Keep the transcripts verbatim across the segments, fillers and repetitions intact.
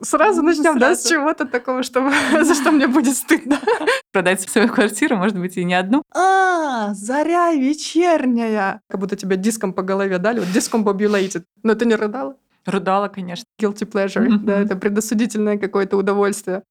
Сразу Ну, начнем, да, с сразу. чего-то такого, чтобы за что мне будет стыдно. Продать свою квартиру, может быть, и не одну. А, заря вечерняя. Как будто тебя диском по голове дали. Вот discombobulated. Но ты не рыдала? Рыдала, конечно. Guilty pleasure. Да, Мгм. это предосудительное какое-то удовольствие.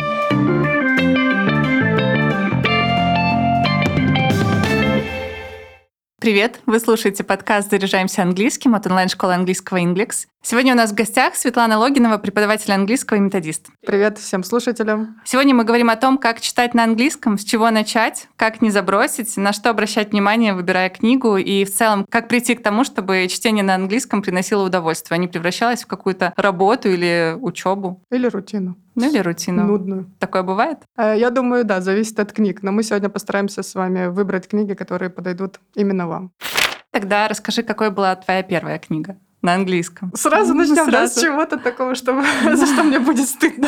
Привет! Вы слушаете подкаст «Заряжаемся английским» от онлайн-школы английского Inglix. Сегодня у нас в гостях Светлана Логинова, преподаватель английского и методист. Привет всем слушателям. Сегодня мы говорим о том, как читать на английском, с чего начать, как не забросить, на что обращать внимание, выбирая книгу, и в целом, как прийти к тому, чтобы чтение на английском приносило удовольствие, а не превращалось в какую-то работу или учебу. Или рутину. Ну или рутину. Нудную. Такое бывает? Э, Я думаю, да, зависит от книг. Но мы сегодня постараемся с вами выбрать книги, которые подойдут именно вам. Тогда расскажи, какой была твоя первая книга на английском. Сразу Ну, начнем, да, с сразу. чего-то такого, чтобы за что мне будет стыдно.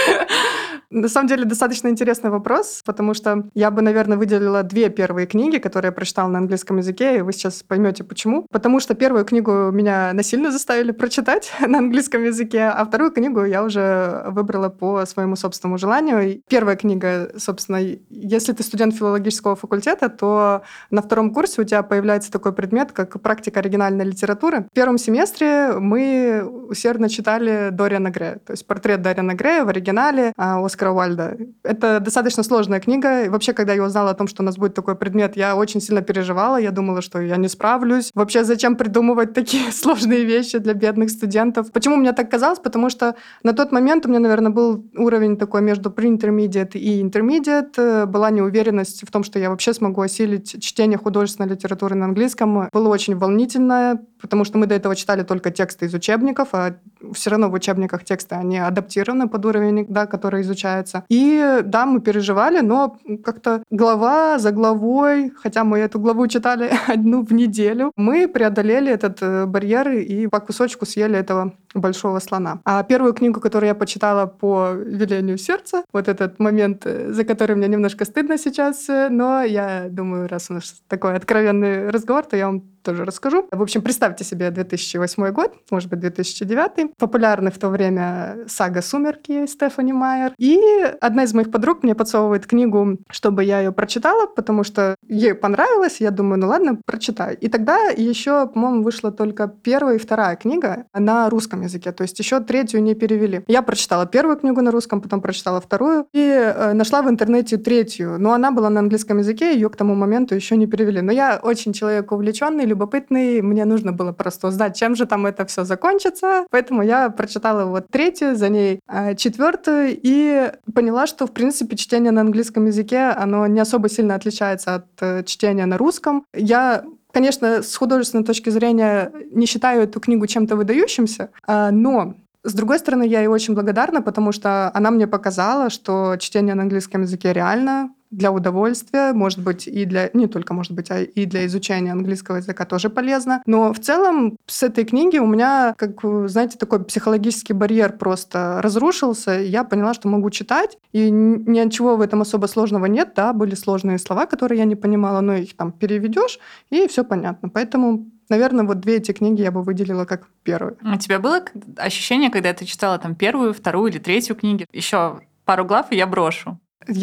На самом деле достаточно интересный вопрос, потому что я бы, наверное, выделила две первые книги, которые я прочитала на английском языке, и вы сейчас поймете почему. Потому что первую книгу меня насильно заставили прочитать на английском языке, а вторую книгу я уже выбрала по своему собственному желанию. И первая книга, собственно, если ты студент филологического факультета, то на втором курсе у тебя появляется такой предмет, как практика оригинальной литературы. В первом семестре мы усердно читали Дориана Грея, то есть портрет Дориана Грея в оригинале а, Оскара Уайльда. Это достаточно сложная книга. И вообще, когда я узнала о том, что у нас будет такой предмет, я очень сильно переживала. Я думала, что я не справлюсь. Вообще, зачем придумывать такие сложные вещи для бедных студентов? Почему мне так казалось? Потому что на тот момент у меня, наверное, был уровень такой между pre-intermediate и intermediate. Была неуверенность в том, что я вообще смогу осилить чтение художественной литературы на английском. Было очень волнительно, потому что мы до этого читали только тексты из учебников, а все равно в учебниках тексты, они адаптированы под уровень, да, который изучается. И да, мы переживали, но как-то глава за главой, хотя мы эту главу читали одну в неделю, мы преодолели этот э, барьер и по кусочку съели этого большого слона. А первую книгу, которую я почитала по велению сердца, вот этот момент, э, за который мне немножко стыдно сейчас, э, но я думаю, раз у нас такой откровенный разговор, то я вам тоже расскажу. В общем, представьте себе две тысячи восьмой год, может быть, две тысячи девятый. Популярны в то время сага «Сумерки» Стефани Майер. И одна из моих подруг мне подсовывает книгу, чтобы я ее прочитала, потому что ей понравилось. Я думаю, ну ладно, прочитаю. И тогда еще, по-моему, вышла только первая и вторая книга на русском языке. То есть еще третью не перевели. Я прочитала первую книгу на русском, потом прочитала вторую. И э, нашла в интернете третью. Но она была на английском языке, ее к тому моменту еще не перевели. Но я очень человек увлеченный, любопытный, мне нужно было просто узнать, чем же там это все закончится. Поэтому я прочитала вот третью, за ней э, четвертую и поняла, что, в принципе, чтение на английском языке, оно не особо сильно отличается от э, чтения на русском. Я Конечно, с художественной точки зрения не считаю эту книгу чем-то выдающимся, э, но с другой стороны, я ей очень благодарна, потому что она мне показала, что чтение на английском языке реально для удовольствия, может быть, и для, не только, может быть, а и для изучения английского языка тоже полезно. Но в целом с этой книги у меня, как, знаете, такой психологический барьер просто разрушился, и я поняла, что могу читать, и ничего в этом особо сложного нет, да, были сложные слова, которые я не понимала, но их там переведешь, и все понятно. Поэтому наверное, вот две эти книги я бы выделила как первые. У тебя было ощущение, когда ты читала там первую, вторую или третью книгу? Еще пару глав, и я брошу.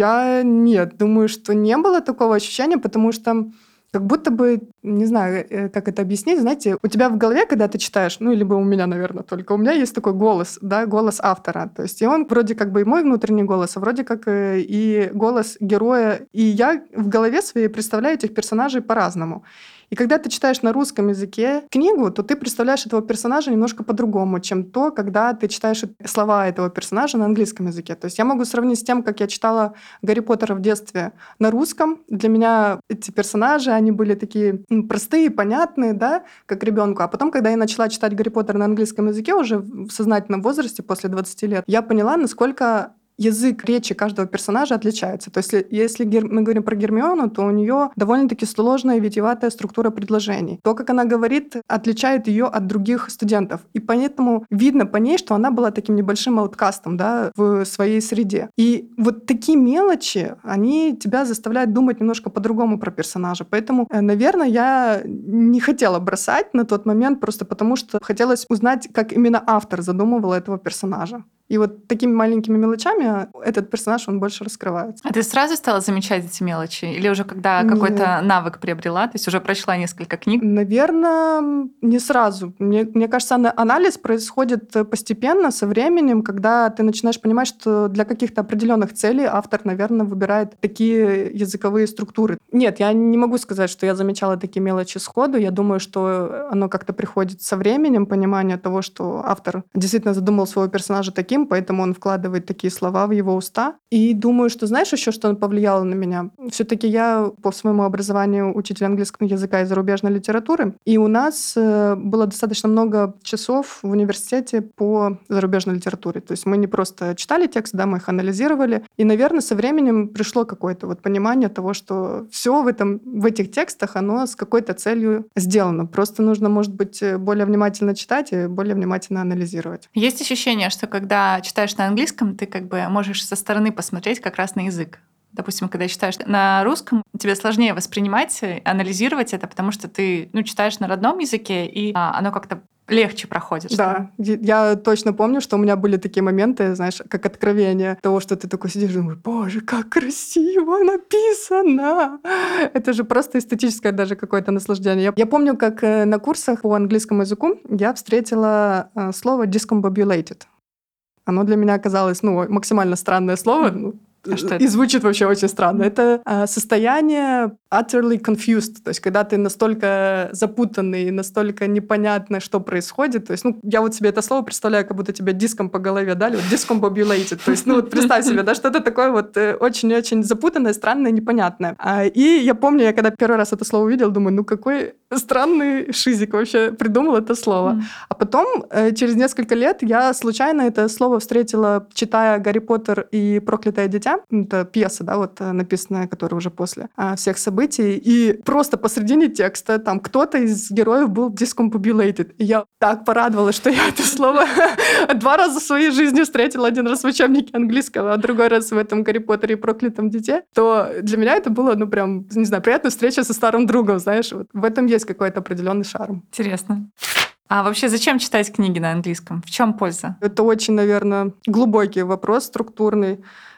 Я нет, думаю, что не было такого ощущения, потому что как будто бы, не знаю, как это объяснить, знаете, у тебя в голове, когда ты читаешь, ну, либо у меня, наверное, только, у меня есть такой голос, да, голос автора, то есть и он вроде как бы и мой внутренний голос, а вроде как и голос героя, и я в голове своей представляю этих персонажей по-разному. И когда ты читаешь на русском языке книгу, то ты представляешь этого персонажа немножко по-другому, чем то, когда ты читаешь слова этого персонажа на английском языке. То есть я могу сравнить с тем, как я читала Гарри Поттера в детстве на русском. Для меня эти персонажи, они были такие простые, понятные, да, как ребенку. А потом, когда я начала читать Гарри Поттера на английском языке уже в сознательном возрасте, после двадцати лет, я поняла, насколько язык речи каждого персонажа отличается. То есть если мы говорим про Гермиону, то у нее довольно-таки сложная витиеватая структура предложений. То, как она говорит, отличает ее от других студентов. И поэтому видно по ней, что она была таким небольшим ауткастом, да, в своей среде. И вот такие мелочи, они тебя заставляют думать немножко по-другому про персонажа. Поэтому, наверное, я не хотела бросать на тот момент, просто потому что хотелось узнать, как именно автор задумывал этого персонажа. И вот такими маленькими мелочами этот персонаж, он больше раскрывается. А ты сразу стала замечать эти мелочи? Или уже когда Нет. какой-то навык приобрела, то есть уже прочла несколько книг? Наверное, не сразу. Мне, мне кажется, ана- анализ происходит постепенно, со временем, когда ты начинаешь понимать, что для каких-то определенных целей автор, наверное, выбирает такие языковые структуры. Нет, я не могу сказать, что я замечала такие мелочи сходу. Я думаю, что оно как-то приходит со временем, понимание того, что автор действительно задумал своего персонажа таким, поэтому он вкладывает такие слова в его уста. И думаю, что знаешь еще, что повлияло на меня? Все-таки я по своему образованию учитель английского языка и зарубежной литературы, и у нас э, было достаточно много часов в университете по зарубежной литературе. То есть мы не просто читали тексты, да, мы их анализировали. И, наверное, со временем пришло какое-то вот понимание того, что все в, этом, в этих текстах, оно с какой-то целью сделано. Просто нужно, может быть, более внимательно читать и более внимательно анализировать. Есть ощущение, что когда читаешь на английском, ты как бы можешь со стороны посмотреть как раз на язык. Допустим, когда читаешь на русском, тебе сложнее воспринимать, анализировать это, потому что ты ну, читаешь на родном языке, и а, оно как-то легче проходит. Да, я точно помню, что у меня были такие моменты, знаешь, как откровение того, что ты такой сидишь и думаешь, боже, как красиво написано! Это же просто эстетическое даже какое-то наслаждение. Я, я помню, как на курсах по английскому языку я встретила слово discombobulated. Оно для меня оказалось, ну, максимально странное слово, ну, а что и звучит вообще очень странно. Это э, состояние utterly confused, то есть когда ты настолько запутанный, настолько непонятно, что происходит. То есть, ну, я вот себе это слово представляю, как будто тебе диском по голове дали, вот discombobulated. То есть, ну, вот представь себе, да, что-то такое вот э, очень-очень запутанное, странное, непонятное. А, и я помню, я когда первый раз это слово увидела, думаю, ну, какой странный шизик вообще придумал это слово. Mm. А потом, э, через несколько лет, я случайно это слово встретила, читая «Гарри Поттер и проклятое дитя». Это пьеса, да, вот написанная, которая уже после а, всех событий. И просто посредине текста там кто-то из героев был discombobulated. И я так порадовалась, что я это слово два раза в своей жизни встретила. Один раз в учебнике английского, а другой раз в этом «Гарри Поттере и проклятом дите». То для меня это было, ну, прям, не знаю, приятная встреча со старым другом, знаешь. Вот в этом есть какой-то определенный шарм. Интересно. А вообще зачем читать книги на английском? В чем польза? Это очень, наверное, глубокий вопрос, структурный.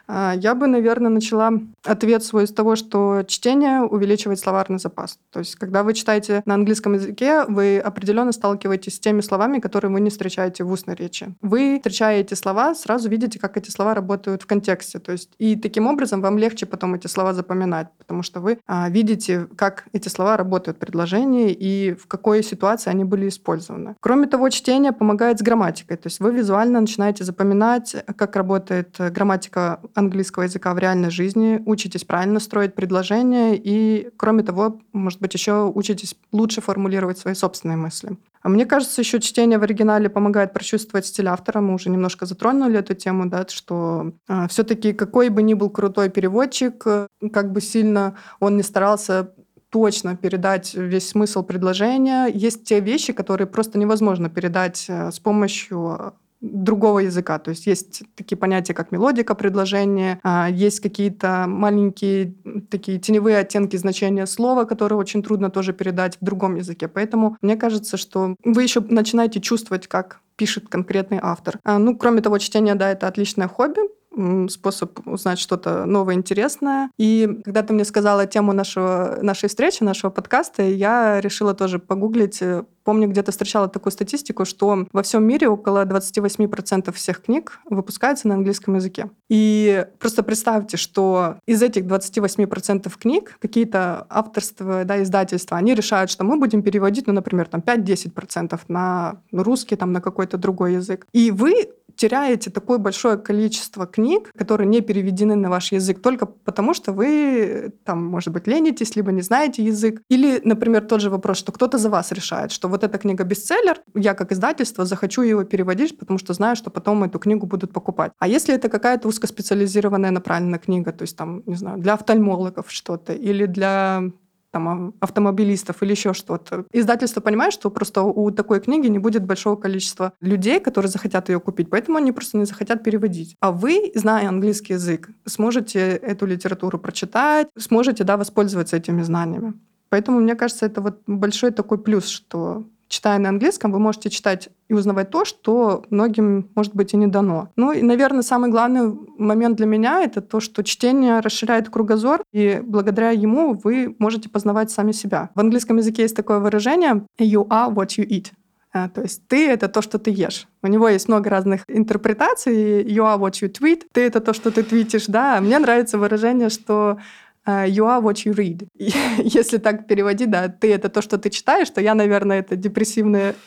Я бы, наверное, начала ответ свой с того, что чтение увеличивает словарный запас. То есть, когда вы читаете на английском языке, вы определенно сталкиваетесь с теми словами, которые вы не встречаете в устной речи. Вы встречаете слова, сразу видите, как эти слова работают в контексте. То есть, и таким образом вам легче потом эти слова запоминать, потому что вы а, видите, как эти слова работают в предложении и в какой ситуации они были использованы. Кроме того, чтение помогает с грамматикой. То есть, вы визуально начинаете запоминать, как работает грамматика английского языка в реальной жизни, учитесь правильно строить предложения и, кроме того, может быть, еще учитесь лучше формулировать свои собственные мысли. А мне кажется, еще чтение в оригинале помогает прочувствовать стиль автора. Мы уже немножко затронули эту тему, да, что э, все-таки какой бы ни был крутой переводчик, э, как бы сильно он не старался точно передать весь смысл предложения, есть те вещи, которые просто невозможно передать э, с помощью другого языка. То есть есть такие понятия, как мелодика предложения, есть какие-то маленькие такие теневые оттенки значения слова, которые очень трудно тоже передать в другом языке. Поэтому мне кажется, что вы еще начинаете чувствовать, как пишет конкретный автор. Ну, кроме того, чтение, да, это отличное хобби, способ узнать что-то новое, интересное. И когда ты мне сказала тему нашего, нашей встречи, нашего подкаста, я решила тоже погуглить. Помню, где-то встречала такую статистику, что во всем мире около двадцать восемь процентов всех книг выпускаются на английском языке. И просто представьте, что из этих двадцать восемь процентов книг какие-то авторства, да, издательства, они решают, что мы будем переводить, ну, например, там пять-десять процентов на русский, там, на какой-то другой язык. И вы теряете такое большое количество книг, которые не переведены на ваш язык, только потому, что вы, там, может быть, ленитесь, либо не знаете язык. Или, например, тот же вопрос, что кто-то за вас решает, что вот эта книга бестселлер, я как издательство захочу его переводить, потому что знаю, что потом эту книгу будут покупать. А если это какая-то узкоспециализированная направленная книга, то есть, там, не знаю, для офтальмологов что-то, или для там, автомобилистов или еще что-то. Издательство понимает, что просто у такой книги не будет большого количества людей, которые захотят ее купить, поэтому они просто не захотят переводить. А вы, зная английский язык, сможете эту литературу прочитать, сможете, да, воспользоваться этими знаниями. Поэтому, мне кажется, это вот большой такой плюс, что читая на английском, вы можете читать и узнавать то, что многим, может быть, и не дано. Ну и, наверное, самый главный момент для меня — это то, что чтение расширяет кругозор, и благодаря ему вы можете познавать сами себя. В английском языке есть такое выражение «you are what you eat». А, то есть ты — это то, что ты ешь. У него есть много разных интерпретаций. You are what you tweet. Ты — это то, что ты твитишь, да. Мне нравится выражение, что uh, you are what you read. И если так переводить, да, ты — это то, что ты читаешь, то я, наверное, это депрессивная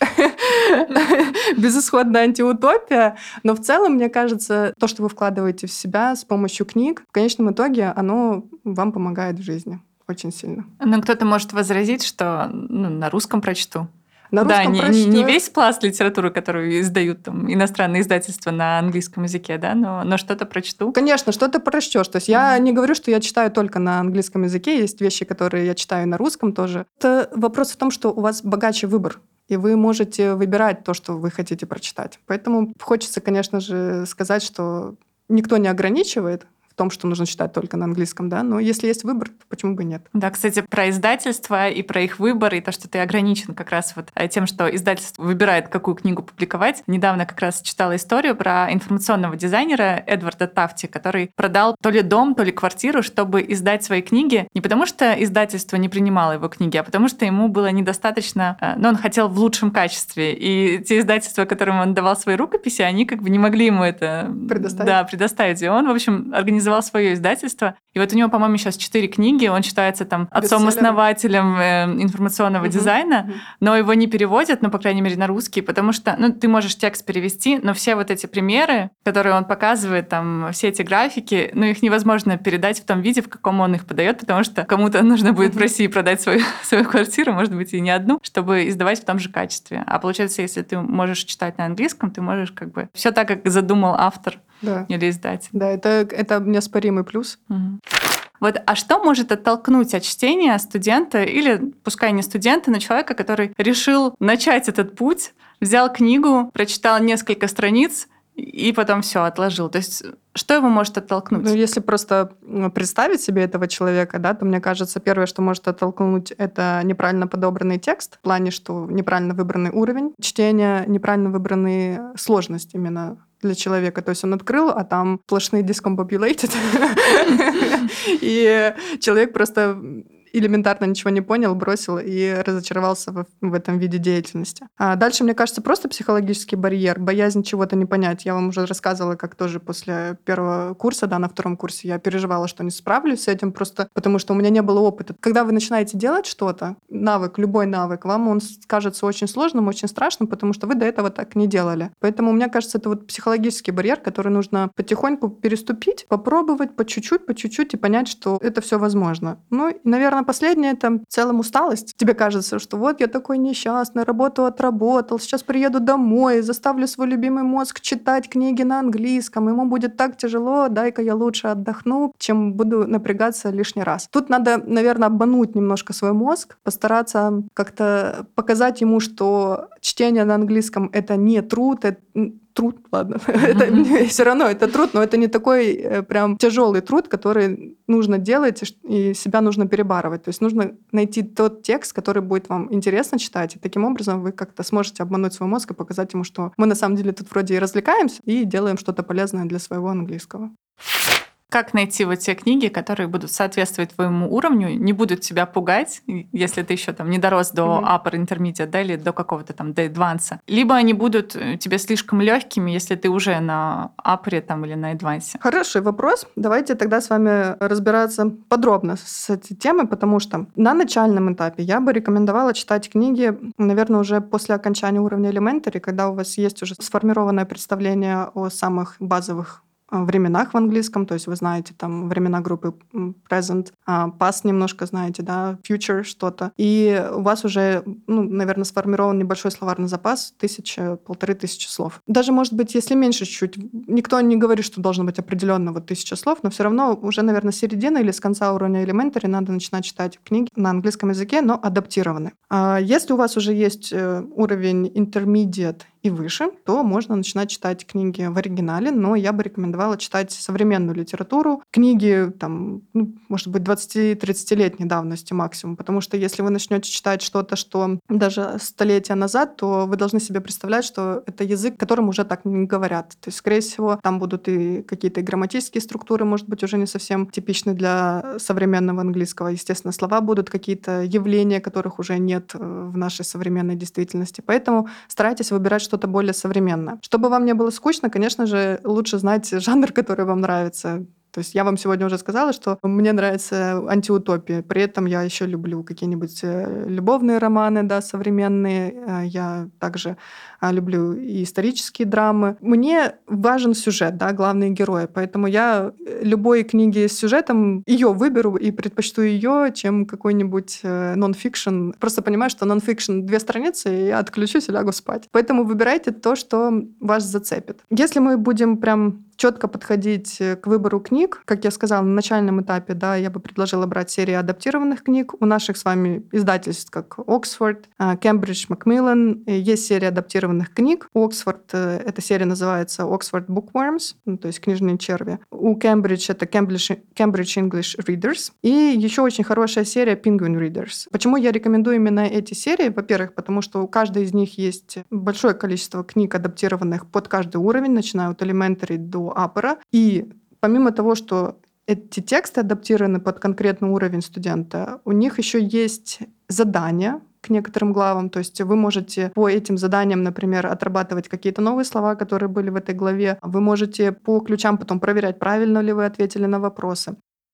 безысходная антиутопия. Но в целом, мне кажется, то, что вы вкладываете в себя с помощью книг, в конечном итоге оно вам помогает в жизни очень сильно. Ну, кто-то может возразить, что ну, на русском прочту. На да, русском не, прочтёт. не весь пласт литературы, которую издают там, иностранные издательства на английском языке, да, но, но что-то прочту. Конечно, что-то прочтешь. То есть mm-hmm. я не говорю, что я читаю только на английском языке. Есть вещи, которые я читаю на русском тоже. Это вопрос в том, что у вас богаче выбор, и вы можете выбирать то, что вы хотите прочитать. Поэтому хочется, конечно же, сказать, что никто не ограничивает в том, что нужно читать только на английском, да, но если есть выбор, то почему бы нет? Да, кстати, про издательство и про их выбор, и то, что ты ограничен как раз вот тем, что издательство выбирает, какую книгу публиковать. Недавно как раз читала историю про информационного дизайнера Эдварда Тафти, который продал то ли дом, то ли квартиру, чтобы издать свои книги, не потому что издательство не принимало его книги, а потому что ему было недостаточно, ну, он хотел в лучшем качестве, и те издательства, которым он давал свои рукописи, они как бы не могли ему это предоставить. Да, предоставить. И он, в общем, организовал свое издательство. И вот у него, по-моему, сейчас четыре книги. Он считается там отцом-основателем э, информационного uh-huh. дизайна, uh-huh. но его не переводят, ну, по крайней мере, на русский, потому что, ну, ты можешь текст перевести, но все вот эти примеры, которые он показывает, там, все эти графики, ну, их невозможно передать в том виде, в каком он их подает, потому что кому-то нужно будет uh-huh. в России продать свою, свою квартиру, может быть, и не одну, чтобы издавать в том же качестве. А получается, если ты можешь читать на английском, ты можешь как бы все так, как задумал автор. Да. Или издатель. Да, это, это неоспоримый плюс. Угу. Вот, а что может оттолкнуть от чтения студента или, пускай не студента, но человека, который решил начать этот путь, взял книгу, прочитал несколько страниц и потом все отложил? То есть что его может оттолкнуть? Ну, если просто представить себе этого человека, да, то, мне кажется, первое, что может оттолкнуть, это неправильно подобранный текст, в плане, что неправильно выбранный уровень чтения, неправильно выбранная сложность именно для человека. То есть он открыл, а там сплошные discombobulated. И человек просто элементарно ничего не понял, бросил и разочаровался в, в этом виде деятельности. А дальше, мне кажется, просто психологический барьер, боязнь чего-то не понять. Я вам уже рассказывала, как тоже после первого курса, да, на втором курсе я переживала, что не справлюсь с этим, просто потому что у меня не было опыта. Когда вы начинаете делать что-то, навык, любой навык, вам он кажется очень сложным, очень страшным, потому что вы до этого так не делали. Поэтому, мне кажется, это вот психологический барьер, который нужно потихоньку переступить, попробовать по чуть-чуть, по чуть-чуть и понять, что это все возможно. Ну и, наверное, последнее — это в целом усталость. Тебе кажется, что вот я такой несчастный, работу отработал, сейчас приеду домой, заставлю свой любимый мозг читать книги на английском, ему будет так тяжело, дай-ка я лучше отдохну, чем буду напрягаться лишний раз. Тут надо, наверное, обмануть немножко свой мозг, постараться как-то показать ему, что чтение на английском — это не труд, это труд, ладно, это, все равно это труд, но это не такой э, прям тяжелый труд, который нужно делать, и себя нужно перебарывать. То есть нужно найти тот текст, который будет вам интересно читать, и таким образом вы как-то сможете обмануть свой мозг и показать ему, что мы на самом деле тут вроде и развлекаемся, и делаем что-то полезное для своего английского. Как найти вот те книги, которые будут соответствовать твоему уровню, не будут тебя пугать, если ты еще там не дорос до mm-hmm. upper intermediate, да, или до какого-то там до advance. Либо они будут тебе слишком легкими, если ты уже на upper там или на advance. Хороший вопрос. Давайте тогда с вами разбираться подробно с этой темой, потому что на начальном этапе я бы рекомендовала читать книги, наверное, уже после окончания уровня elementary, когда у вас есть уже сформированное представление о самых базовых временах в английском, то есть вы знаете там времена группы present, past немножко знаете, да, future что-то, и у вас уже, ну, наверное, сформирован небольшой словарный запас, тысяча, полторы тысячи слов. Даже, может быть, если меньше чуть-чуть, никто не говорит, что должно быть определенно вот тысяча слов, но все равно уже, наверное, с середины или с конца уровня elementary надо начинать читать книги на английском языке, но адаптированные. А если у вас уже есть уровень intermediate и выше, то можно начинать читать книги в оригинале, но я бы рекомендовала читать современную литературу, книги, там, ну, может быть, двадцати-тридцатилетней давности максимум, потому что если вы начнете читать что-то, что даже столетия назад, то вы должны себе представлять, что это язык, которым уже так не говорят. То есть, скорее всего, там будут и какие-то и грамматические структуры, может быть, уже не совсем типичны для современного английского. Естественно, слова будут какие-то явления, которых уже нет в нашей современной действительности. Поэтому старайтесь выбирать что-то более современное. Чтобы вам не было скучно, конечно же, лучше знать жанр, который вам нравится. То есть я вам сегодня уже сказала, что мне нравится антиутопия. При этом я еще люблю какие-нибудь любовные романы, да, современные. Я также люблю и исторические драмы. Мне важен сюжет, да, главные герои. Поэтому я любой книги с сюжетом ее выберу и предпочту ее, чем какой-нибудь нон-фикшн. Просто понимаю, что нон-фикшн две страницы, и я отключусь и лягу спать. Поэтому выбирайте то, что вас зацепит. Если мы будем прям четко подходить к выбору книг, как я сказала, на начальном этапе, да, я бы предложила брать серии адаптированных книг. У наших с вами издательств, как Оксфорд, Кембридж, Макмиллан, есть серия адаптированных книг. У Оксфорд эта серия называется Oxford Bookworms, ну, то есть книжные черви. У Кембридж это Cambridge, Cambridge English Readers. И еще очень хорошая серия Penguin Readers. Почему я рекомендую именно эти серии? Во-первых, потому что у каждой из них есть большое количество книг, адаптированных под каждый уровень, начиная от elementary до upper. И помимо того, что эти тексты адаптированы под конкретный уровень студента, у них еще есть задания к некоторым главам. То есть вы можете по этим заданиям, например, отрабатывать какие-то новые слова, которые были в этой главе. Вы можете по ключам потом проверять, правильно ли вы ответили на вопросы.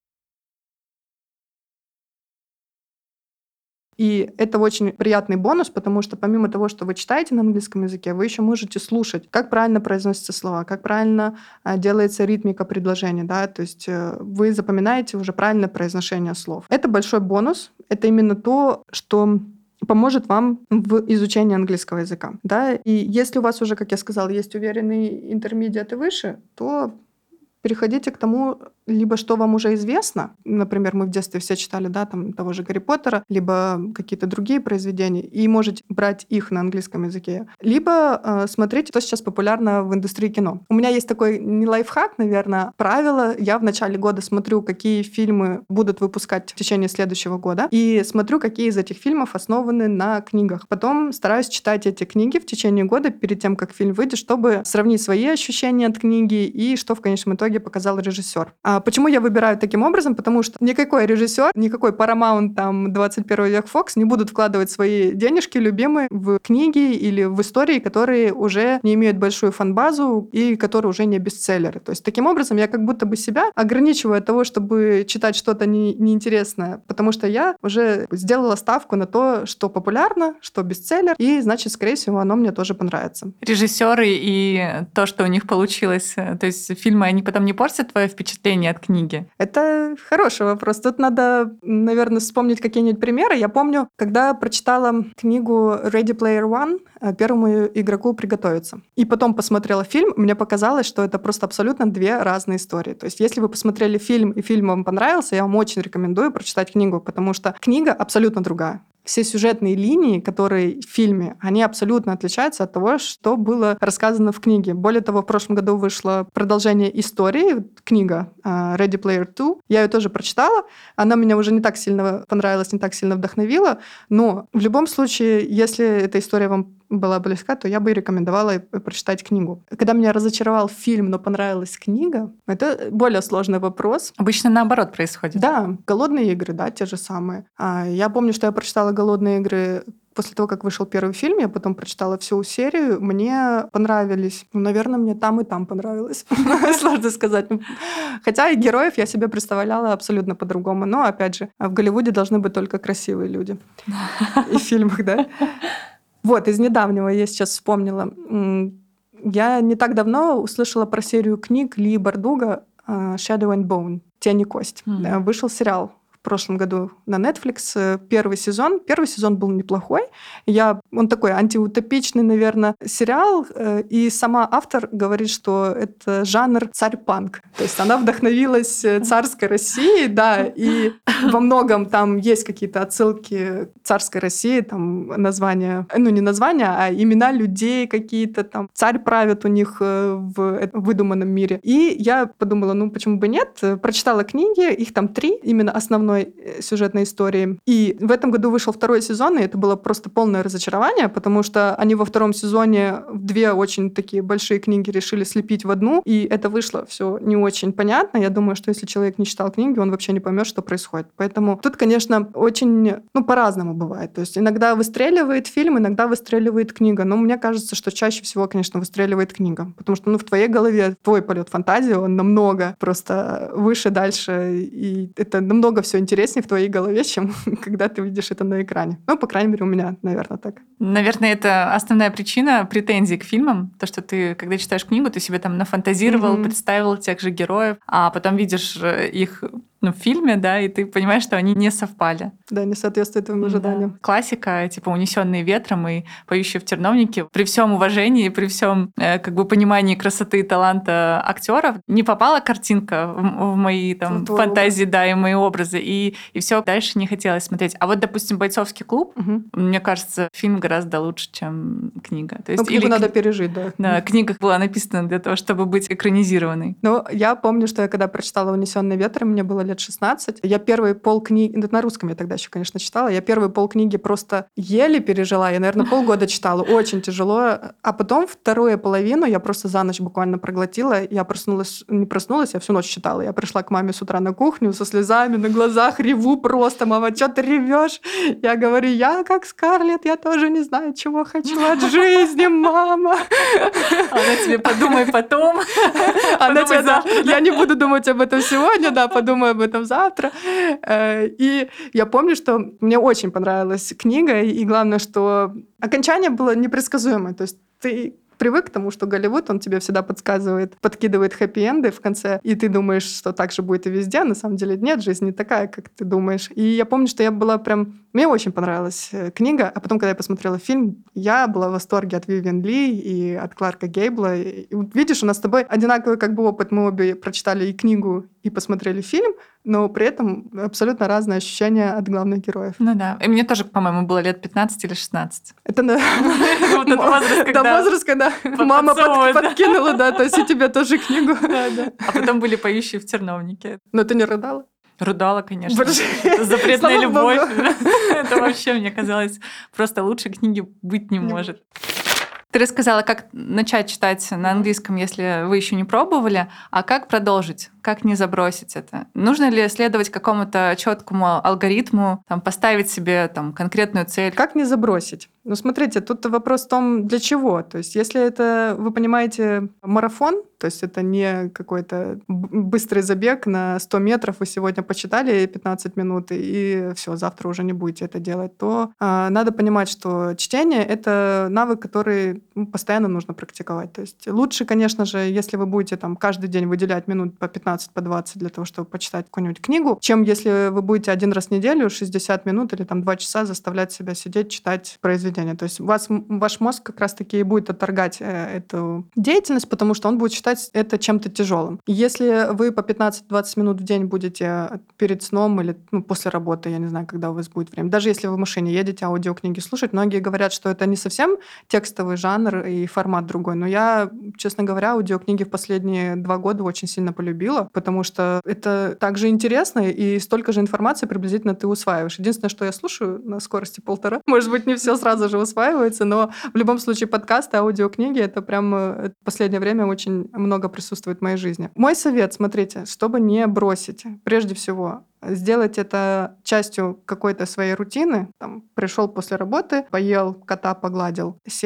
И это очень приятный бонус, потому что помимо того, что вы читаете на английском языке, вы еще можете слушать, как правильно произносятся слова, как правильно делается ритмика предложения, да, то есть вы запоминаете уже правильное произношение слов. Это большой бонус, это именно то, что поможет вам в изучении английского языка, да, и если у вас уже, как я сказала, есть уверенный интермедиат и выше, то переходите к тому, либо что вам уже известно, например, мы в детстве все читали, да, там того же Гарри Поттера, либо какие-то другие произведения, и можете брать их на английском языке, либо э, смотреть, что сейчас популярно в индустрии кино. У меня есть такой не лайфхак, наверное, правило. Я в начале года смотрю, какие фильмы будут выпускать в течение следующего года, и смотрю, какие из этих фильмов основаны на книгах. Потом стараюсь читать эти книги в течение года перед тем, как фильм выйдет, чтобы сравнить свои ощущения от книги и что в конечном итоге показал режиссер. А почему я выбираю таким образом? Потому что никакой режиссер, никакой Paramount, там, двадцать первый век Fox не будут вкладывать свои денежки любимые в книги или в истории, которые уже не имеют большую фан-базу и которые уже не бестселлеры. То есть таким образом я как будто бы себя ограничиваю от того, чтобы читать что-то не, неинтересное, потому что я уже сделала ставку на то, что популярно, что бестселлер, и, значит, скорее всего, оно мне тоже понравится. Режиссеры и то, что у них получилось, то есть фильмы, они потом не портят твое впечатление от книги? Это хороший вопрос. Тут надо, наверное, вспомнить какие-нибудь примеры. Я помню, когда прочитала книгу Ready Player One, первому игроку приготовиться. И потом посмотрела фильм, мне показалось, что это просто абсолютно две разные истории. То есть если вы посмотрели фильм, и фильм вам понравился, я вам очень рекомендую прочитать книгу, потому что книга абсолютно другая. Все сюжетные линии, которые в фильме, они абсолютно отличаются от того, что было рассказано в книге. Более того, в прошлом году вышло продолжение истории, книга Ready Player Two. Я ее тоже прочитала. Она меня уже не так сильно понравилась, не так сильно вдохновила. Но в любом случае, если эта история вам была близка, то я бы рекомендовала прочитать книгу. Когда меня разочаровал фильм, но понравилась книга, это более сложный вопрос. Обычно наоборот происходит. Да, «Голодные игры», да, те же самые. Я помню, что я прочитала «Голодные игры» после того, как вышел первый фильм, я потом прочитала всю серию, мне понравились. Ну, наверное, мне там и там понравилось. Сложно сказать. Хотя и героев я себе представляла абсолютно по-другому. Но, опять же, в Голливуде должны быть только красивые люди. И в фильмах, да. Вот, из недавнего я сейчас вспомнила. Я не так давно услышала про серию книг Ли Бардуга «Shadow and Bone», «Тень и кость». Mm-hmm. Вышел сериал прошлом году на Netflix первый сезон. Первый сезон был неплохой. Я, он такой антиутопичный, наверное, сериал. И сама автор говорит, что это жанр царь-панк. То есть она вдохновилась царской Россией, да, и во многом там есть какие-то отсылки к царской России, там названия, ну не названия, а имена людей какие-то там. Царь правит у них в выдуманном мире. И я подумала, ну почему бы нет? Прочитала книги, их там три, именно основной сюжетной истории. И в этом году вышел второй сезон, и это было просто полное разочарование, потому что они во втором сезоне две очень такие большие книги решили слепить в одну, и это вышло все не очень понятно. Я думаю, что если человек не читал книги, он вообще не поймет, что происходит. Поэтому тут, конечно, очень, ну, по-разному бывает. То есть иногда выстреливает фильм, иногда выстреливает книга. Но мне кажется, что чаще всего, конечно, выстреливает книга. Потому что, ну, в твоей голове твой полет фантазии, он намного просто выше, дальше, и это намного все интереснее в твоей голове, чем когда ты видишь это на экране. Ну, по крайней мере, у меня, наверное, так. Наверное, это основная причина претензий к фильмам. То, что ты, когда читаешь книгу, ты себе там нафантазировал, mm-hmm. представил тех же героев, а потом видишь их, ну, в фильме, да, и ты понимаешь, что они не совпали. Да, не соответствует твоим ожиданиям. Да. Классика, типа «Унесенные ветром» и «Поющие в терновнике». При всем уважении, при всем э, как бы понимании красоты и таланта актеров не попала картинка в, в мои там Твой фантазии, образ. Да, и мои образы, и, и все дальше не хотелось смотреть. А вот, допустим, «Бойцовский клуб», угу. мне кажется, фильм гораздо лучше, чем книга. То есть, ну, книгу или, надо пережить, да. Да, книга была написана для того, чтобы быть экранизированной. Ну, я помню, что я когда прочитала «Унесенные ветром», мне было лет шестнадцать. Я первый пол книги... На русском я тогда еще, конечно, читала. Я первый пол книги просто еле пережила. Я, наверное, полгода читала. Очень тяжело. А потом вторую половину я просто за ночь буквально проглотила. Я проснулась... Не проснулась, я всю ночь читала. Я пришла к маме с утра на кухню со слезами на глазах, реву просто. Мама, что ты ревешь? Я говорю, я как Скарлетт, я тоже не знаю, чего хочу от жизни, мама. Она тебе подумай потом. Она тебе, да, я не буду думать об этом сегодня, да, подумаю об этом завтра. И я помню, что мне очень понравилась книга, и главное, что окончание было непредсказуемое. То есть ты привык к тому, что Голливуд, он тебе всегда подсказывает, подкидывает хэппи-энды в конце, и ты думаешь, что так же будет и везде. На самом деле нет, жизнь не такая, как ты думаешь. И я помню, что я была прям... Мне очень понравилась книга, а потом, когда я посмотрела фильм, я была в восторге от Вивиан Ли и от Кларка Гейбла. И, видишь, у нас с тобой одинаковый как бы опыт. Мы обе прочитали и книгу, и посмотрели фильм, но при этом абсолютно разные ощущения от главных героев. Ну да. И мне тоже, по-моему, было лет пятнадцать или шестнадцать. Это возраст, когда мама подкинула, да, то есть и тебе тоже книгу. А потом были «Поющие в терновнике». Но ты не рыдала? Рыдала, конечно. Это запретная любовь. Это вообще, мне казалось, просто лучше книги быть не может. Ты рассказала, как начать читать на английском, если вы еще не пробовали, а как продолжить, как не забросить это? Нужно ли следовать какому-то четкому алгоритму, там, поставить себе там, конкретную цель? Как не забросить? Ну, смотрите, тут вопрос в том, для чего. То есть, если это, вы понимаете, марафон, то есть это не какой-то быстрый забег на сто метров, вы сегодня почитали пятнадцать минут, и все, завтра уже не будете это делать, то э, надо понимать, что чтение — это навык, который постоянно нужно практиковать. То есть лучше, конечно же, если вы будете там каждый день выделять минут по пятнадцать, по двадцать для того, чтобы почитать какую-нибудь книгу, чем если вы будете один раз в неделю шестьдесят минут или там два часа заставлять себя сидеть, читать произведение. То есть у вас, ваш мозг как раз-таки и будет отторгать э, эту деятельность, потому что он будет считать это чем-то тяжелым. Если вы по пятнадцать-двадцать минут в день будете перед сном или ну, после работы, я не знаю, когда у вас будет время, даже если вы в машине едете, аудиокниги слушать, многие говорят, что это не совсем текстовый жанр и формат другой. Но я, честно говоря, аудиокниги в последние два года очень сильно полюбила, потому что это также интересно, и столько же информации приблизительно ты усваиваешь. Единственное, что я слушаю на скорости полтора, может быть, не все сразу же усваивается, но в любом случае подкасты, аудиокниги, это прям в последнее время очень много присутствует в моей жизни. Мой совет, смотрите, чтобы не бросить, прежде всего, сделать это частью какой-то своей рутины. Там, пришел после работы, поел, кота погладил, сел,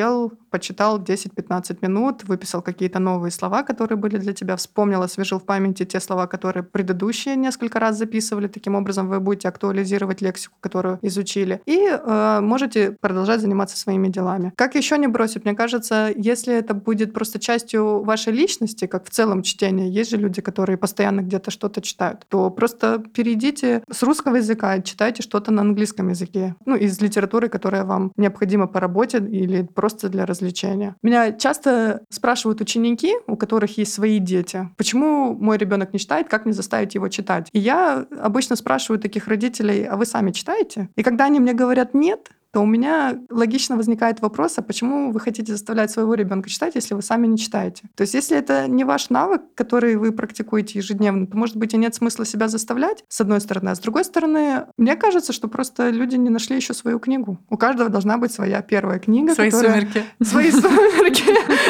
почитал десять-пятнадцать минут, выписал какие-то новые слова, которые были для тебя, вспомнил, освежил в памяти те слова, которые предыдущие несколько раз записывали. Таким образом, вы будете актуализировать лексику, которую изучили. И э, можете продолжать заниматься своими делами. Как еще не бросить? Мне кажется, если это будет просто частью вашей личности, как в целом чтение, есть же люди, которые постоянно где-то что-то читают, то просто перейдите с русского языка и читайте что-то на английском языке. Ну, из литературы, которая вам необходима по работе или просто для развлечения. Меня часто спрашивают ученики, у которых есть свои дети, почему мой ребенок не читает, как мне заставить его читать. И я обычно спрашиваю таких родителей, а вы сами читаете? И когда они мне говорят «нет», то у меня логично возникает вопрос, а почему вы хотите заставлять своего ребенка читать, если вы сами не читаете? То есть если это не ваш навык, который вы практикуете ежедневно, то, может быть, и нет смысла себя заставлять, с одной стороны. А с другой стороны, мне кажется, что просто люди не нашли еще свою книгу. У каждого должна быть своя первая книга. Свои которая... сумерки. Свои сумерки.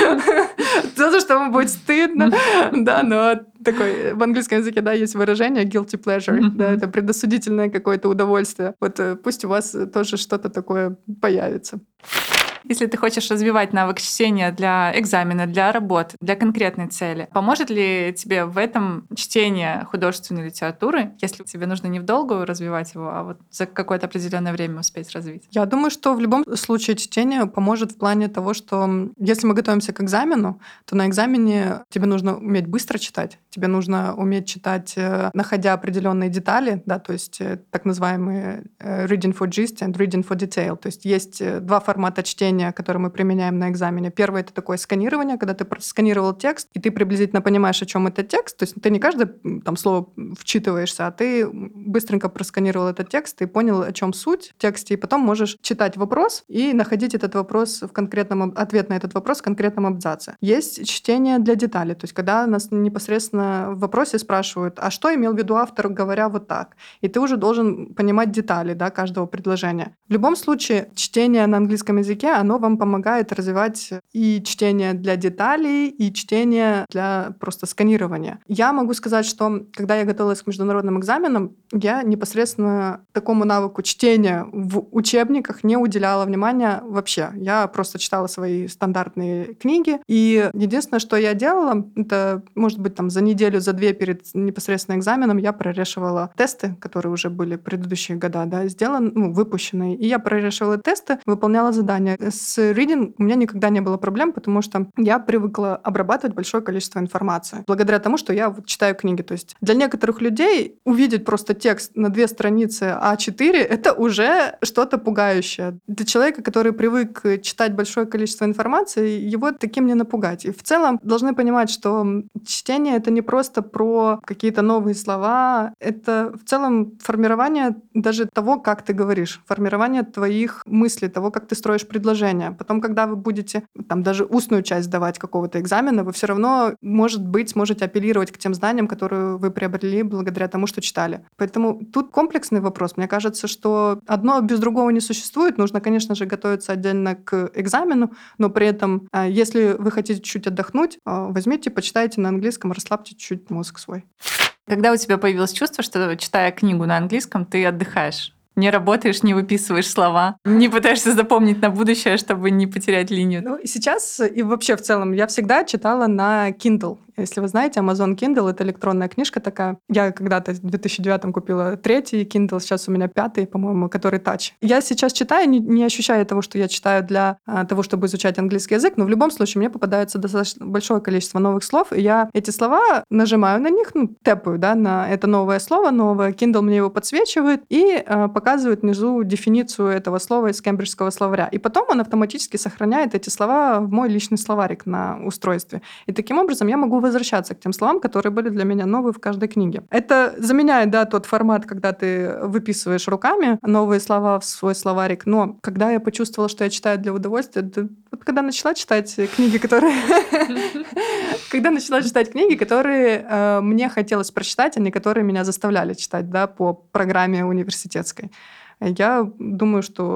За то, что вам будет стыдно. Да, но такой в английском языке, да, есть выражение guilty pleasure, да, это предосудительное какое-то удовольствие. Вот пусть у вас тоже что-то такое появится. Если ты хочешь развивать навык чтения для экзамена, для работы, для конкретной цели, поможет ли тебе в этом чтение художественной литературы, если тебе нужно не в долгую развивать его, а вот за какое-то определенное время успеть развить? Я думаю, что в любом случае чтение поможет в плане того, что если мы готовимся к экзамену, то на экзамене тебе нужно уметь быстро читать, тебе нужно уметь читать, находя определенные детали, да, то есть так называемые reading for gist and reading for detail. То есть есть два формата чтения, которые мы применяем на экзамене. Первое — это такое сканирование, когда ты просканировал текст, и ты приблизительно понимаешь, о чем этот текст. То есть ты не каждое там слово вчитываешься, а ты быстренько просканировал этот текст и понял, о чем суть в тексте, и потом можешь читать вопрос и находить этот вопрос в конкретном, ответ на этот вопрос в конкретном абзаце. Есть чтение для деталей, то есть когда нас непосредственно в вопросе спрашивают, а что имел в виду автор, говоря вот так? И ты уже должен понимать детали, да, каждого предложения. В любом случае, чтение на английском языке, оно вам помогает развивать и чтение для деталей, и чтение для просто сканирования. Я могу сказать, что когда я готовилась к международным экзаменам, я непосредственно такому навыку чтения в учебниках не уделяла внимания вообще. Я просто читала свои стандартные книги, и единственное, что я делала, это, может быть, там за неделю, за две перед непосредственно экзаменом я прорешивала тесты, которые уже были предыдущие года, да, сделаны, ну, выпущенные, и я прорешивала тесты, выполняла задания. С reading у меня никогда не было проблем, потому что я привыкла обрабатывать большое количество информации. Благодаря тому, что я вот читаю книги. То есть для некоторых людей увидеть просто текст на две страницы а четыре — это уже что-то пугающее. Для человека, который привык читать большое количество информации, его таким не напугать. И в целом должны понимать, что чтение — это не просто про какие-то новые слова, это в целом формирование даже того, как ты говоришь, формирование твоих мыслей, того, как ты строишь предложение. Потом, когда вы будете там даже устную часть давать какого-то экзамена, вы все равно, может быть, сможете апеллировать к тем знаниям, которые вы приобрели благодаря тому, что читали. Поэтому тут комплексный вопрос. Мне кажется, что одно без другого не существует. Нужно, конечно же, готовиться отдельно к экзамену, но при этом, если вы хотите чуть отдохнуть, возьмите, почитайте на английском, расслабьте чуть мозг свой. Когда у тебя появилось чувство, что, читая книгу на английском, ты отдыхаешь? Не работаешь, не выписываешь слова, не пытаешься запомнить на будущее, чтобы не потерять линию. Ну, сейчас и вообще в целом я всегда читала на Kindle. Если вы знаете, Amazon Kindle — это электронная книжка такая. Я когда-то в две тысячи девятом купила третий Kindle, сейчас у меня пятый, по-моему, который Touch. Я сейчас читаю, не, не ощущая того, что я читаю для а, того, чтобы изучать английский язык, но в любом случае мне попадается достаточно большое количество новых слов, и я эти слова нажимаю на них, ну, тэпаю, да, на это новое слово, новое. Kindle мне его подсвечивает и а, показывает внизу дефиницию этого слова из кембриджского словаря. И потом он автоматически сохраняет эти слова в мой личный словарик на устройстве. И таким образом я могу возвращаться к тем словам, которые были для меня новые в каждой книге. Это заменяет, да, тот формат, когда ты выписываешь руками новые слова в свой словарик. Но когда я почувствовала, что я читаю для удовольствия, это вот когда начала читать книги, которые... Когда начала читать книги, которые мне хотелось прочитать, а не которые меня заставляли читать, да, по программе университетской. Я думаю, что вот